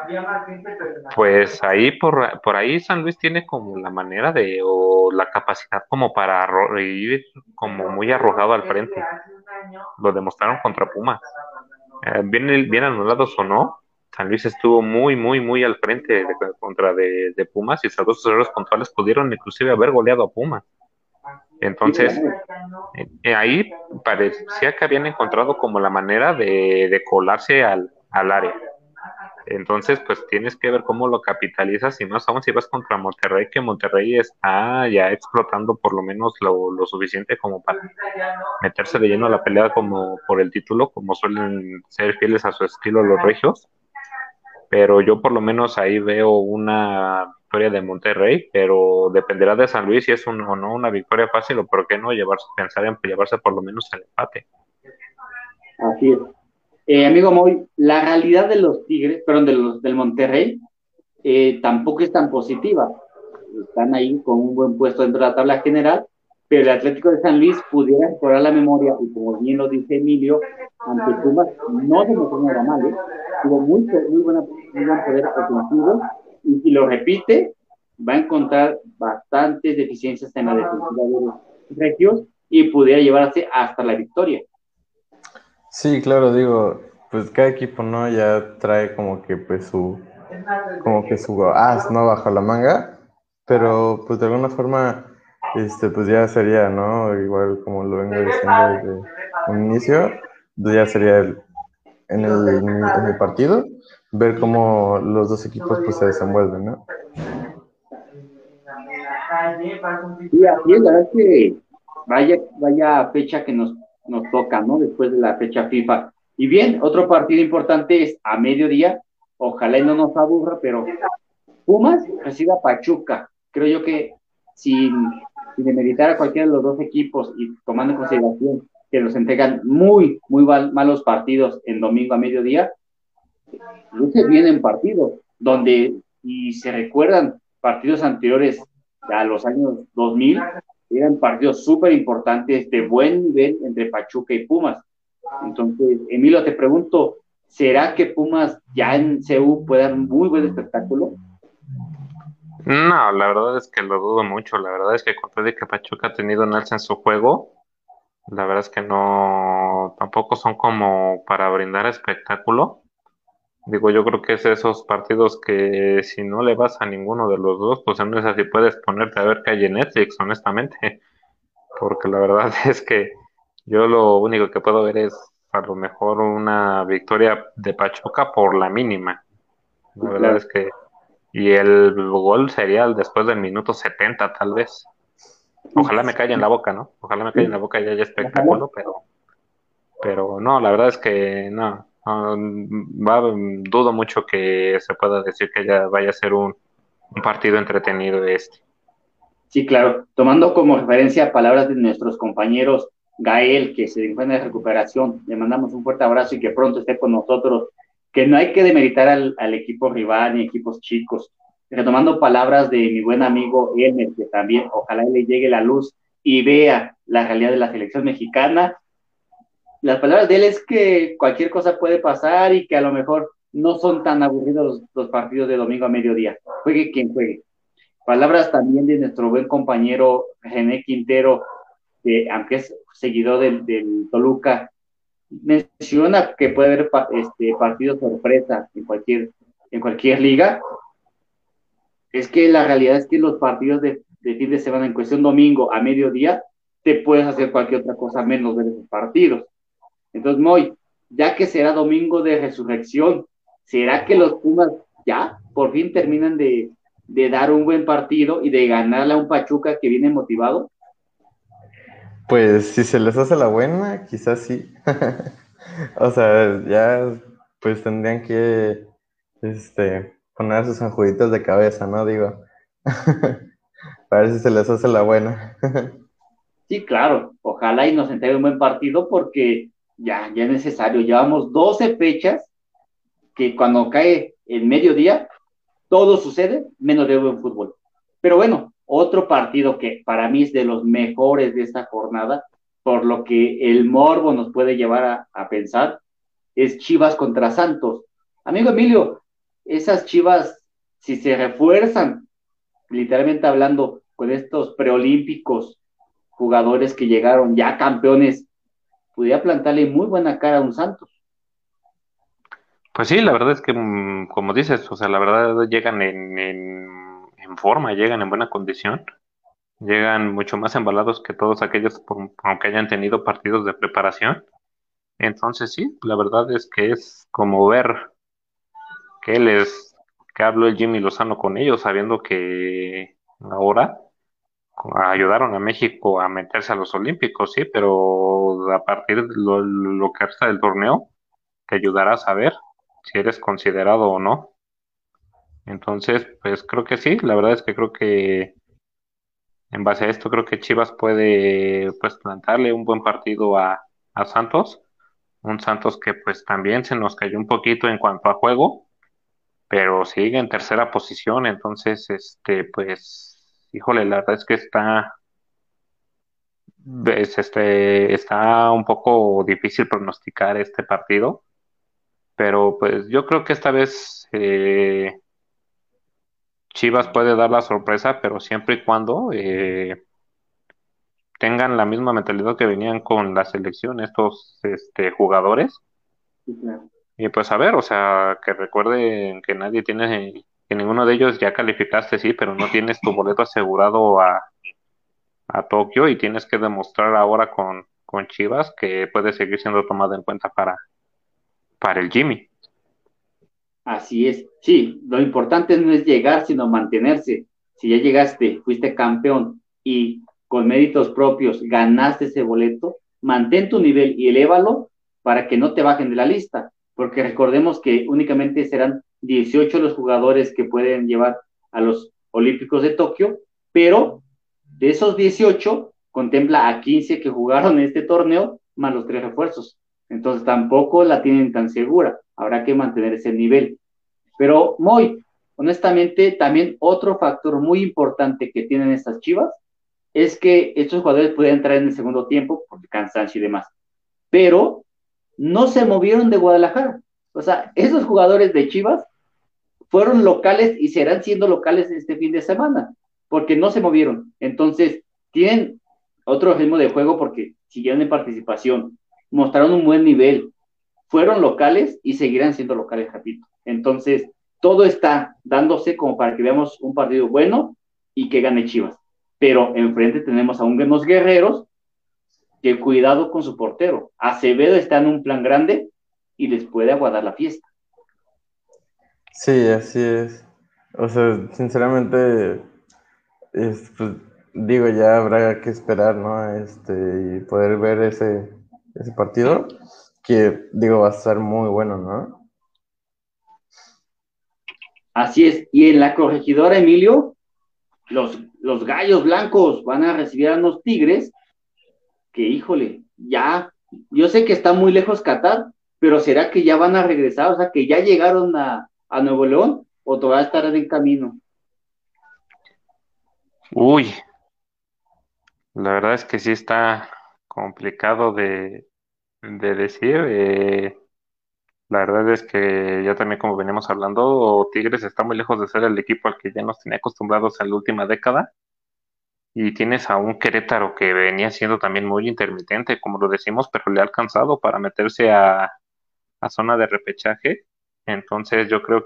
pues ahí por ahí San Luis tiene como la manera o la capacidad como para ir como muy arrojado al frente. Lo demostraron contra Pumas. Bien anulados o no, San Luis estuvo muy al frente de Pumas, y esos 2 errores puntuales pudieron inclusive haber goleado a Pumas. Entonces, ahí parecía que habían encontrado como la manera de colarse al área. Entonces, pues tienes que ver cómo lo capitalizas, y más aún si vas contra Monterrey, que Monterrey está ya explotando por lo menos lo suficiente como para meterse de lleno a la pelea como por el título, como suelen ser fieles a su estilo los regios. Pero yo por lo menos ahí veo una victoria de Monterrey, pero dependerá de San Luis si es o no una victoria fácil, o por qué no pensar en llevarse por lo menos el empate. Así es. Amigo Moy, la realidad de los Tigres, perdón, del Monterrey, tampoco es tan positiva. Están ahí con un buen puesto dentro de la tabla general, pero el Atlético de San Luis pudiera mejorar la memoria, y como bien lo dice Emilio, ante Pumas no se mostró nada mal, tuvo muy buen poder ofensivo, y si lo repite, va a encontrar bastantes deficiencias en la defensiva de los regios y pudiera llevarse hasta la victoria. Sí, claro, digo, pues cada equipo, ¿no? Ya trae como que pues su as, ¿no? Bajo la manga, pero pues de alguna forma, pues ya sería, ¿no? Igual como lo vengo diciendo desde un inicio, ya sería en el partido, ver cómo los dos equipos pues se desenvuelven, ¿no? Sí, así es, la verdad es que vaya fecha que nos toca, ¿no? Después de la fecha FIFA. Y bien, otro partido importante es a mediodía, ojalá y no nos aburra, pero Pumas recibe a Pachuca. Creo yo que sin demeritar a cualquiera de los dos equipos y tomando en consideración que nos entregan muy malos partidos en domingo a mediodía, luce bien en partidos, donde, y se recuerdan partidos anteriores a los años 2000, eran partidos súper importantes de buen nivel entre Pachuca y Pumas. Entonces, Emilio, te pregunto, ¿será que Pumas ya en CU puede dar un muy buen espectáculo? No, la verdad es que lo dudo mucho. La verdad es que con todo y que Pachuca ha tenido un alza en su juego, la verdad es que no, tampoco son como para brindar espectáculo. Digo, yo creo que es esos partidos que si no le vas a ninguno de los dos, pues en esas sí puedes ponerte a ver qué hay en Netflix, honestamente. Porque la verdad es que yo lo único que puedo ver es a lo mejor una victoria de Pachuca por la mínima. La Sí, verdad claro. es que, y el gol sería después del minuto 70 tal vez. Ojalá me caiga en la boca, ¿no? Ojalá me caiga en la Sí, boca y haya ojalá. espectáculo, pero no, la verdad es que no, dudo mucho que se pueda decir que ya vaya a ser un partido entretenido este. Sí, claro. Tomando como referencia palabras de nuestros compañeros Gael, que se encuentra en recuperación, le mandamos un fuerte abrazo y que pronto esté con nosotros, que no hay que demeritar al equipo rival ni equipos chicos. Retomando palabras de mi buen amigo Elmer, que también ojalá le llegue la luz y vea la realidad de la selección mexicana. Las palabras de él es que cualquier cosa puede pasar y que a lo mejor no son tan aburridos los partidos de domingo a mediodía. Juegue quien juegue. Palabras también de nuestro buen compañero René Quintero, que aunque es seguidor del Toluca, menciona que puede haber partidos sorpresa en cualquier liga. Es que la realidad es que los partidos de fin de semana en cuestión domingo a mediodía, te puedes hacer cualquier otra cosa menos ver esos partidos. Entonces, Moy, ya que será domingo de resurrección, ¿será que los Pumas ya por fin terminan de dar un buen partido y de ganarle a un Pachuca que viene motivado? Pues si se les hace la buena, quizás sí. O sea, ya pues tendrían que poner sus anjuditos de cabeza, ¿no? Digo, a ver si se les hace la buena. Sí, claro, ojalá y nos entregue un buen partido porque ya es necesario. Llevamos 12 fechas que cuando cae el mediodía, todo sucede menos de buen fútbol. Pero bueno, otro partido que para mí es de los mejores de esta jornada, por lo que el morbo nos puede llevar a pensar, es Chivas contra Santos. Amigo Emilio, esas Chivas, si se refuerzan, literalmente hablando, con estos preolímpicos jugadores que llegaron ya campeones, pudiera plantarle muy buena cara a un Santos. Pues sí, la verdad es que, como dices, o sea, la verdad llegan en forma, llegan en buena condición, llegan mucho más embalados que todos aquellos, aunque hayan tenido partidos de preparación. Entonces sí, la verdad es que es como ver que que habló el Jimmy Lozano con ellos, sabiendo que ahora ayudaron a México a meterse a los Olímpicos, sí, pero a partir de lo que resta del torneo, te ayudará a saber si eres considerado o no. Entonces, pues creo que sí, la verdad es que creo que en base a esto, creo que Chivas puede pues plantarle un buen partido a Santos, un Santos que pues también se nos cayó un poquito en cuanto a juego, pero sigue en tercera posición, entonces, pues, híjole, la verdad es que está un poco difícil pronosticar este partido, pero pues yo creo que esta vez Chivas puede dar la sorpresa, pero siempre y cuando tengan la misma mentalidad que venían con la selección estos jugadores. Sí, claro. Y pues a ver, o sea, que recuerden que nadie tiene, que ninguno de ellos ya calificaste, sí, pero no tienes tu boleto asegurado a Tokio y tienes que demostrar ahora con con Chivas que puede seguir siendo tomado en cuenta para el Jimmy. Así es. Sí, lo importante no es llegar, sino mantenerse. Si ya llegaste, fuiste campeón y con méritos propios ganaste ese boleto, mantén tu nivel y elévalo para que no te bajen de la lista, porque recordemos que únicamente serán 18 los jugadores que pueden llevar a los Olímpicos de Tokio, pero de esos 18 contempla a 15 que jugaron este torneo más los 3 refuerzos. Entonces tampoco la tienen tan segura. Habrá que mantener ese nivel. Pero muy, honestamente, también otro factor muy importante que tienen estas Chivas es que estos jugadores pueden entrar en el segundo tiempo por cansancio y demás, pero no se movieron de Guadalajara. O sea, esos jugadores de Chivas fueron locales y serán siendo locales este fin de semana, porque no se movieron. Entonces, tienen otro ritmo de juego porque siguieron en participación, mostraron un buen nivel, fueron locales y seguirán siendo locales, repito. Entonces, todo está dándose como para que veamos un partido bueno y que gane Chivas. Pero enfrente tenemos a unos guerreros que cuidado con su portero. Acevedo está en un plan grande y les puede aguardar la fiesta. Sí, así es. O sea, sinceramente, pues, digo, ya habrá que esperar, ¿no? Y poder ver ese partido, que digo, va a estar muy bueno, ¿no? Así es. Y en la corregidora, Emilio, los gallos blancos van a recibir a los tigres que, híjole, ya, yo sé que está muy lejos Qatar, pero ¿será que ya van a regresar? O sea, que ya llegaron a Nuevo León o todavía estarán en camino. Uy, la verdad es que sí está complicado de decir. La verdad es que ya también como veníamos hablando, Tigres está muy lejos de ser el equipo al que ya nos tenía acostumbrados en la última década. Y tienes a un Querétaro que venía siendo también muy intermitente, como lo decimos, pero le ha alcanzado para meterse a zona de repechaje. Entonces yo creo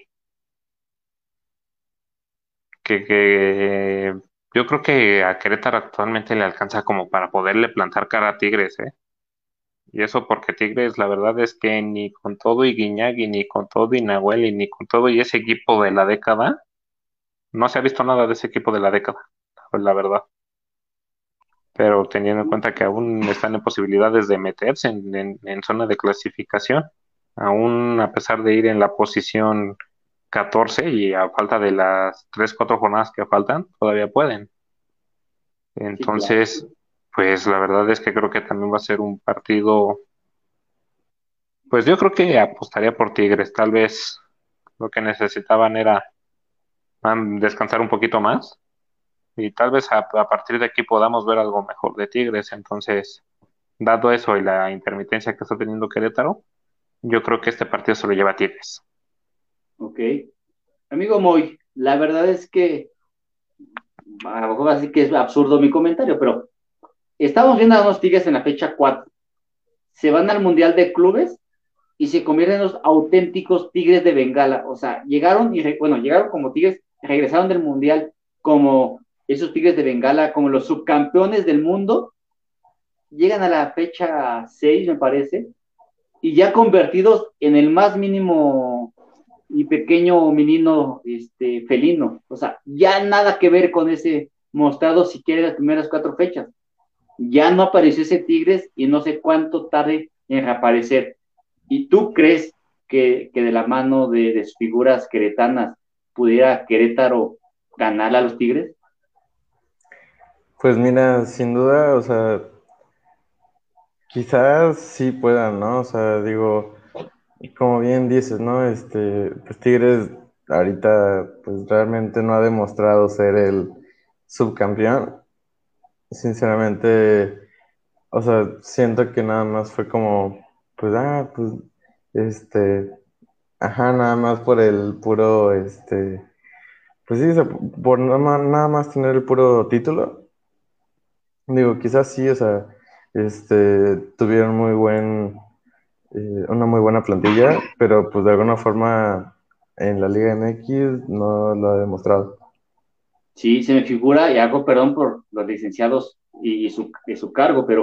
que yo creo que a Querétaro actualmente le alcanza como para poderle plantar cara a Tigres, ¿eh? Y eso porque Tigres, la verdad es que ni con todo y Guiñagui, ni con todo y Nahuel, y ni con todo y ese equipo de la década, no se ha visto nada de ese equipo de la década, pues la verdad. Pero teniendo en cuenta que aún están en posibilidades de meterse en zona de clasificación, aún a pesar de ir en la posición 14 y a falta de las 3 4 jornadas que faltan, todavía pueden. Sí, claro. Entonces, pues la verdad es que creo que también va a ser un partido, pues yo creo que apostaría por Tigres, tal vez lo que necesitaban era descansar un poquito más y tal vez a partir de aquí podamos ver algo mejor de Tigres, entonces dado eso y la intermitencia que está teniendo Querétaro, yo creo que este partido se lo lleva a Tigres. Ok. Amigo Moy, la verdad es que, a lo mejor así que es absurdo mi comentario, pero estamos viendo a unos Tigres en la fecha 4. Se van al Mundial de Clubes y se convierten en los auténticos Tigres de Bengala. O sea, llegaron y, bueno, llegaron como Tigres, regresaron del Mundial como esos Tigres de Bengala, como los subcampeones del mundo. Llegan a la fecha 6 me parece, y ya convertidos en el más mínimo y pequeño menino felino. O sea, ya nada que ver con ese mostrado siquiera en las primeras 4 fechas. Ya no apareció ese Tigres y no sé cuánto tarde en reaparecer. ¿Y tú crees que de la mano de sus figuras queretanas pudiera Querétaro ganar a los Tigres? Pues mira, sin duda, o sea, quizás sí puedan, ¿no? O sea, digo, como bien dices, ¿no? Pues Tigres ahorita, pues realmente no ha demostrado ser el subcampeón. Sinceramente, o sea, siento que nada más fue como, pues, pues, este, ajá, nada más por el puro, pues sí, o sea, por nada más tener el puro título. Digo, quizás sí, o sea, tuvieron una muy buena plantilla, pero pues de alguna forma en la Liga MX no lo ha demostrado. Sí, se me figura, y hago perdón por los licenciados y su cargo, pero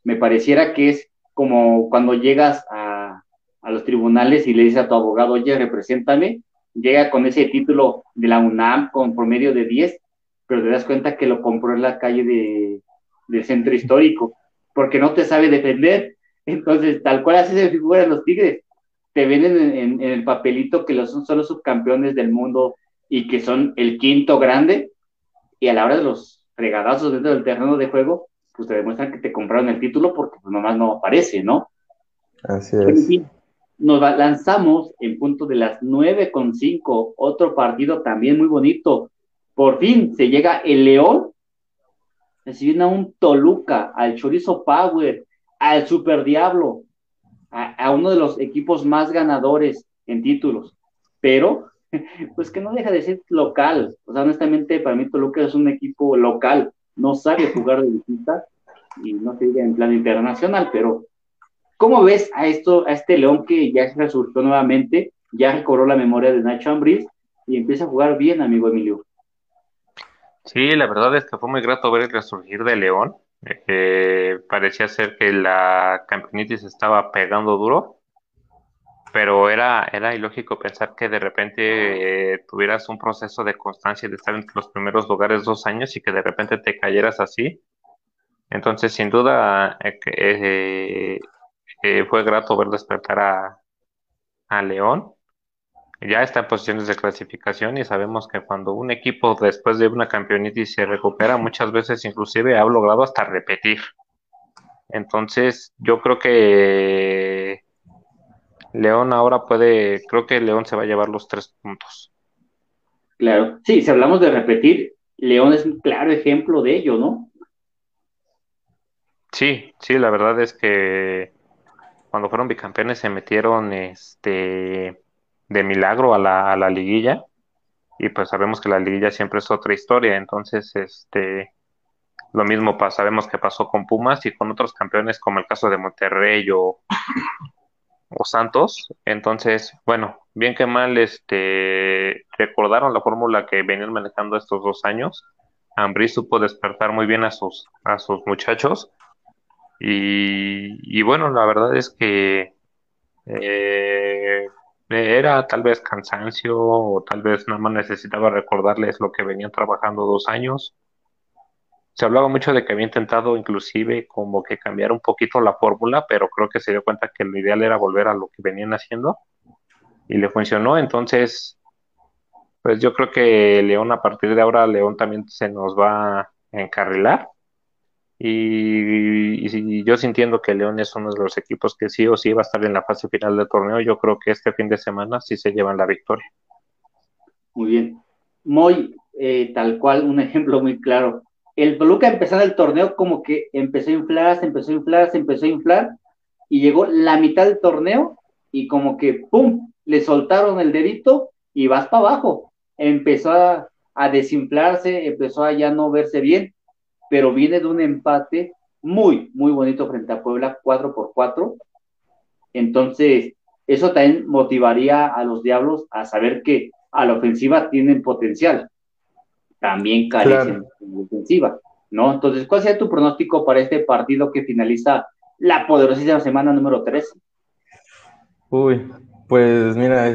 Me pareciera que es como cuando llegas a los tribunales y le dices a tu abogado, oye, represéntame, llega con ese título de la UNAM con promedio de 10, pero te das cuenta que lo compró en la calle del centro histórico, porque no te sabe defender. Entonces, tal cual así se figuran los Tigres. Te ven en el papelito que son los subcampeones del mundo y que son el quinto grande, y a la hora de los fregadazos dentro del terreno de juego, pues te demuestran que te compraron el título porque pues, nomás no aparece, ¿no? Así Pero, en es. fin, nos lanzamos en punto de las 9:05, otro partido también muy bonito. Por fin se llega el León, recibiendo a un Toluca, al Chorizo Power, al Super Diablo, a uno de los equipos más ganadores en títulos, pero pues que no deja de ser local. O sea, honestamente, para mí Toluca es un equipo local, no sabe jugar de visita y no se diga en plan internacional, pero ¿cómo ves a este León que ya se resurgió nuevamente, ya recobró la memoria de Nacho Ambriz y empieza a jugar bien, amigo Emilio? Sí, la verdad es que fue muy grato ver el resurgir de León. Parecía ser que la campeonitis estaba pegando duro, pero era ilógico pensar que de repente tuvieras un proceso de constancia de estar entre los primeros lugares 2 años y que de repente te cayeras así. Entonces, sin duda, fue grato ver despertar a León. Ya está en posiciones de clasificación y sabemos que cuando un equipo después de una campeonitis se recupera, muchas veces inclusive ha logrado hasta repetir. Entonces, yo creo que León ahora creo que León se va a llevar los 3 puntos. Claro, sí, si hablamos de repetir, León es un claro ejemplo de ello, ¿no? Sí, sí, la verdad es que cuando fueron bicampeones se metieron de milagro a la liguilla y pues sabemos que la liguilla siempre es otra historia, entonces lo mismo sabemos que pasó con Pumas y con otros campeones como el caso de Monterrey o Santos. Entonces, bueno, bien que mal, recordaron la fórmula que venían manejando estos 2 años. Ambriz supo despertar muy bien a sus muchachos y bueno, la verdad es que eh, era tal vez cansancio o tal vez nada más necesitaba recordarles lo que venían trabajando 2 años. Se hablaba mucho de que había intentado inclusive como que cambiar un poquito la fórmula, pero creo que se dio cuenta que lo ideal era volver a lo que venían haciendo y le funcionó. Entonces, pues yo creo que León a partir de ahora, León también se nos va a encarrilar. Y si yo sintiendo que León es uno de los equipos que sí o sí va a estar en la fase final del torneo, yo creo que este fin de semana sí se llevan la victoria. Muy bien. Muy tal cual, un ejemplo muy claro. El Toluca empezando el torneo como que empezó a inflar, se empezó a inflar, se empezó a inflar y llegó la mitad del torneo y como que ¡pum! Le soltaron el dedito y vas para abajo. Empezó a desinflarse, empezó a ya no verse bien, pero viene de un empate muy, muy bonito frente a Puebla, 4-4. Entonces, eso también motivaría a los Diablos a saber que a la ofensiva tienen potencial, también carecen Claro. en ofensiva, ¿no? Entonces, ¿cuál sería tu pronóstico para este partido que finaliza la poderosísima semana número 13? Uy, pues mira,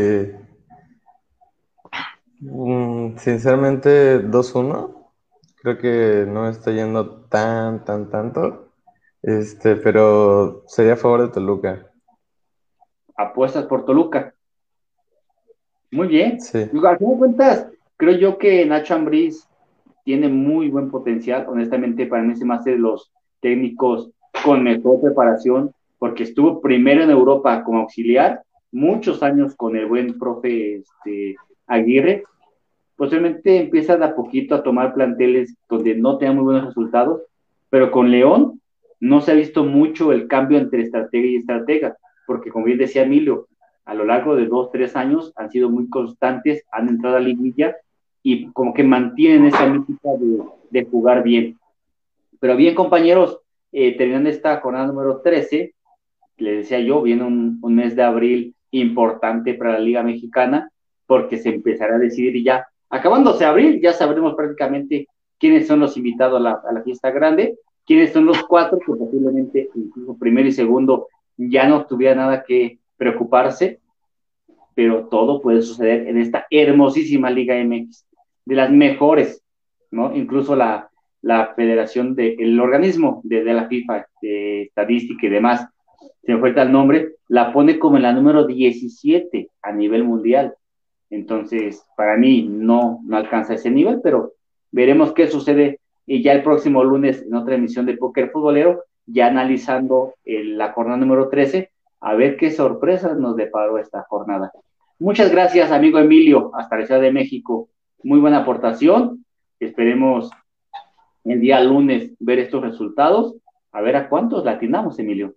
sinceramente 2-1. Creo que no me está yendo tanto. Pero sería a favor de Toluca. Apuestas por Toluca. Muy bien. Sí, Digo, al final de cuentas, creo yo que Nacho Ambriz tiene muy buen potencial. Honestamente, para mí se me hace de los técnicos con mejor preparación, porque estuvo primero en Europa como auxiliar, muchos años con el buen profe Aguirre. Posiblemente empieza de a poquito a tomar planteles donde no tenga muy buenos resultados, pero con León no se ha visto mucho el cambio entre estratega y estratega, porque como bien decía Emilio, a lo largo de 2, 3 años han sido muy constantes, han entrado a la liguilla y como que mantienen esa mística de jugar bien. Pero bien, compañeros, terminando esta jornada número 13, les decía yo, viene un mes de abril importante para la Liga Mexicana, porque se empezará a decidir ya, acabándose abril, ya sabremos prácticamente quiénes son los invitados a la fiesta grande, quiénes son los 4 que posiblemente incluso primero y segundo ya no tuviera nada que preocuparse, pero todo puede suceder en esta hermosísima Liga MX, de las mejores, ¿no? Incluso la federación, el organismo de la FIFA, de estadística y demás, se me fue el nombre, la pone como en la número 17 a nivel mundial. Entonces, para mí no alcanza ese nivel, pero veremos qué sucede. Y ya el próximo lunes, en otra emisión de Póker Futbolero, ya analizando la jornada número 13, a ver qué sorpresas nos deparó esta jornada. Muchas gracias, amigo Emilio, hasta la Ciudad de México. Muy buena aportación. Esperemos el día lunes ver estos resultados. A ver a cuántos latinamos, Emilio.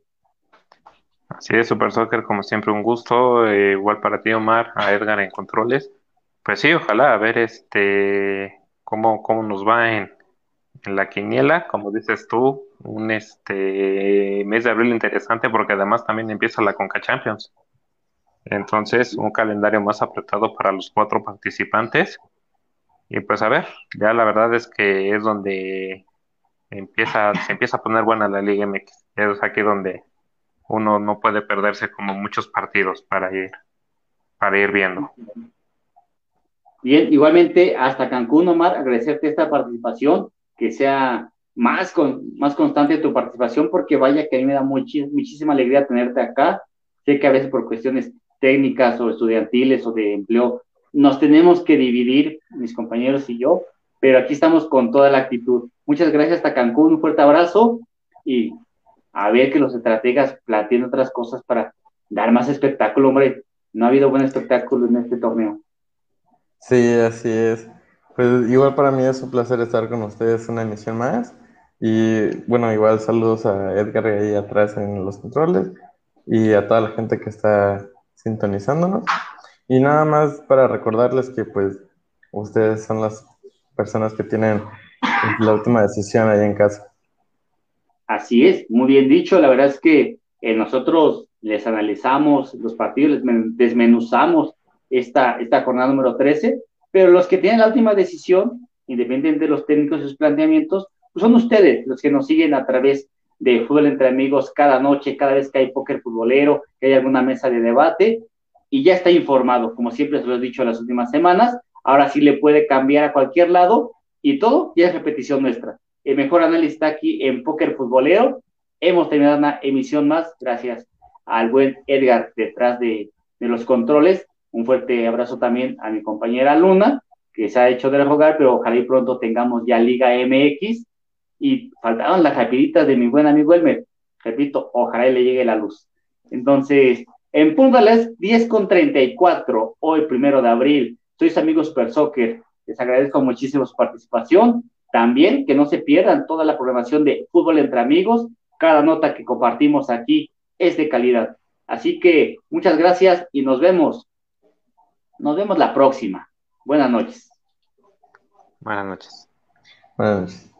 Así es, Super Soccer, como siempre, un gusto. Igual para ti, Omar, a Edgar en controles. Pues sí, ojalá a ver cómo nos va en la quiniela, como dices tú, un mes de abril interesante porque además también empieza la Conca Champions. Entonces, un calendario más apretado para los 4 participantes. Y pues a ver, ya la verdad es que es donde se empieza a poner buena la Liga MX. Es aquí donde uno no puede perderse como muchos partidos para ir viendo. Bien, igualmente hasta Cancún, Omar, agradecerte esta participación, que sea más constante tu participación, porque vaya que a mí me da muchísima alegría tenerte acá. Sé que a veces por cuestiones técnicas o estudiantiles o de empleo nos tenemos que dividir, mis compañeros y yo, pero aquí estamos con toda la actitud. Muchas gracias hasta Cancún, un fuerte abrazo y a ver que los estrategas planteen otras cosas para dar más espectáculo, hombre. No ha habido buen espectáculo en este torneo. Sí, así es. Pues igual para mí es un placer estar con ustedes una emisión más. Y bueno, igual saludos a Edgar ahí atrás en los controles y a toda la gente que está sintonizándonos. Y nada más para recordarles que pues ustedes son las personas que tienen la última decisión ahí en casa. Así es, muy bien dicho. La verdad es que nosotros les analizamos los partidos, les desmenuzamos esta jornada número 13, pero los que tienen la última decisión, independientemente de los técnicos y sus planteamientos, pues son ustedes los que nos siguen a través de Fútbol Entre Amigos cada noche, cada vez que hay póker futbolero, que hay alguna mesa de debate, y ya está informado, como siempre se lo he dicho en las últimas semanas. Ahora sí le puede cambiar a cualquier lado y todo ya es repetición nuestra. El mejor análisis está aquí en Póker Futbolero. Hemos terminado una emisión más, gracias al buen Edgar detrás de los controles. Un fuerte abrazo también a mi compañera Luna, que se ha hecho de jugar, pero ojalá y pronto tengamos ya Liga MX. Y faltaron las rapiditas de mi buen amigo Elmer. Repito, ojalá y le llegue la luz. Entonces, en punto a las 10:34, hoy 1 de abril, sois amigos Super Soccer. Les agradezco muchísimo su participación. También que no se pierdan toda la programación de Fútbol Entre Amigos. Cada nota que compartimos aquí es de calidad. Así que muchas gracias y nos vemos. Nos vemos la próxima. Buenas noches. Buenas noches. Buenas noches.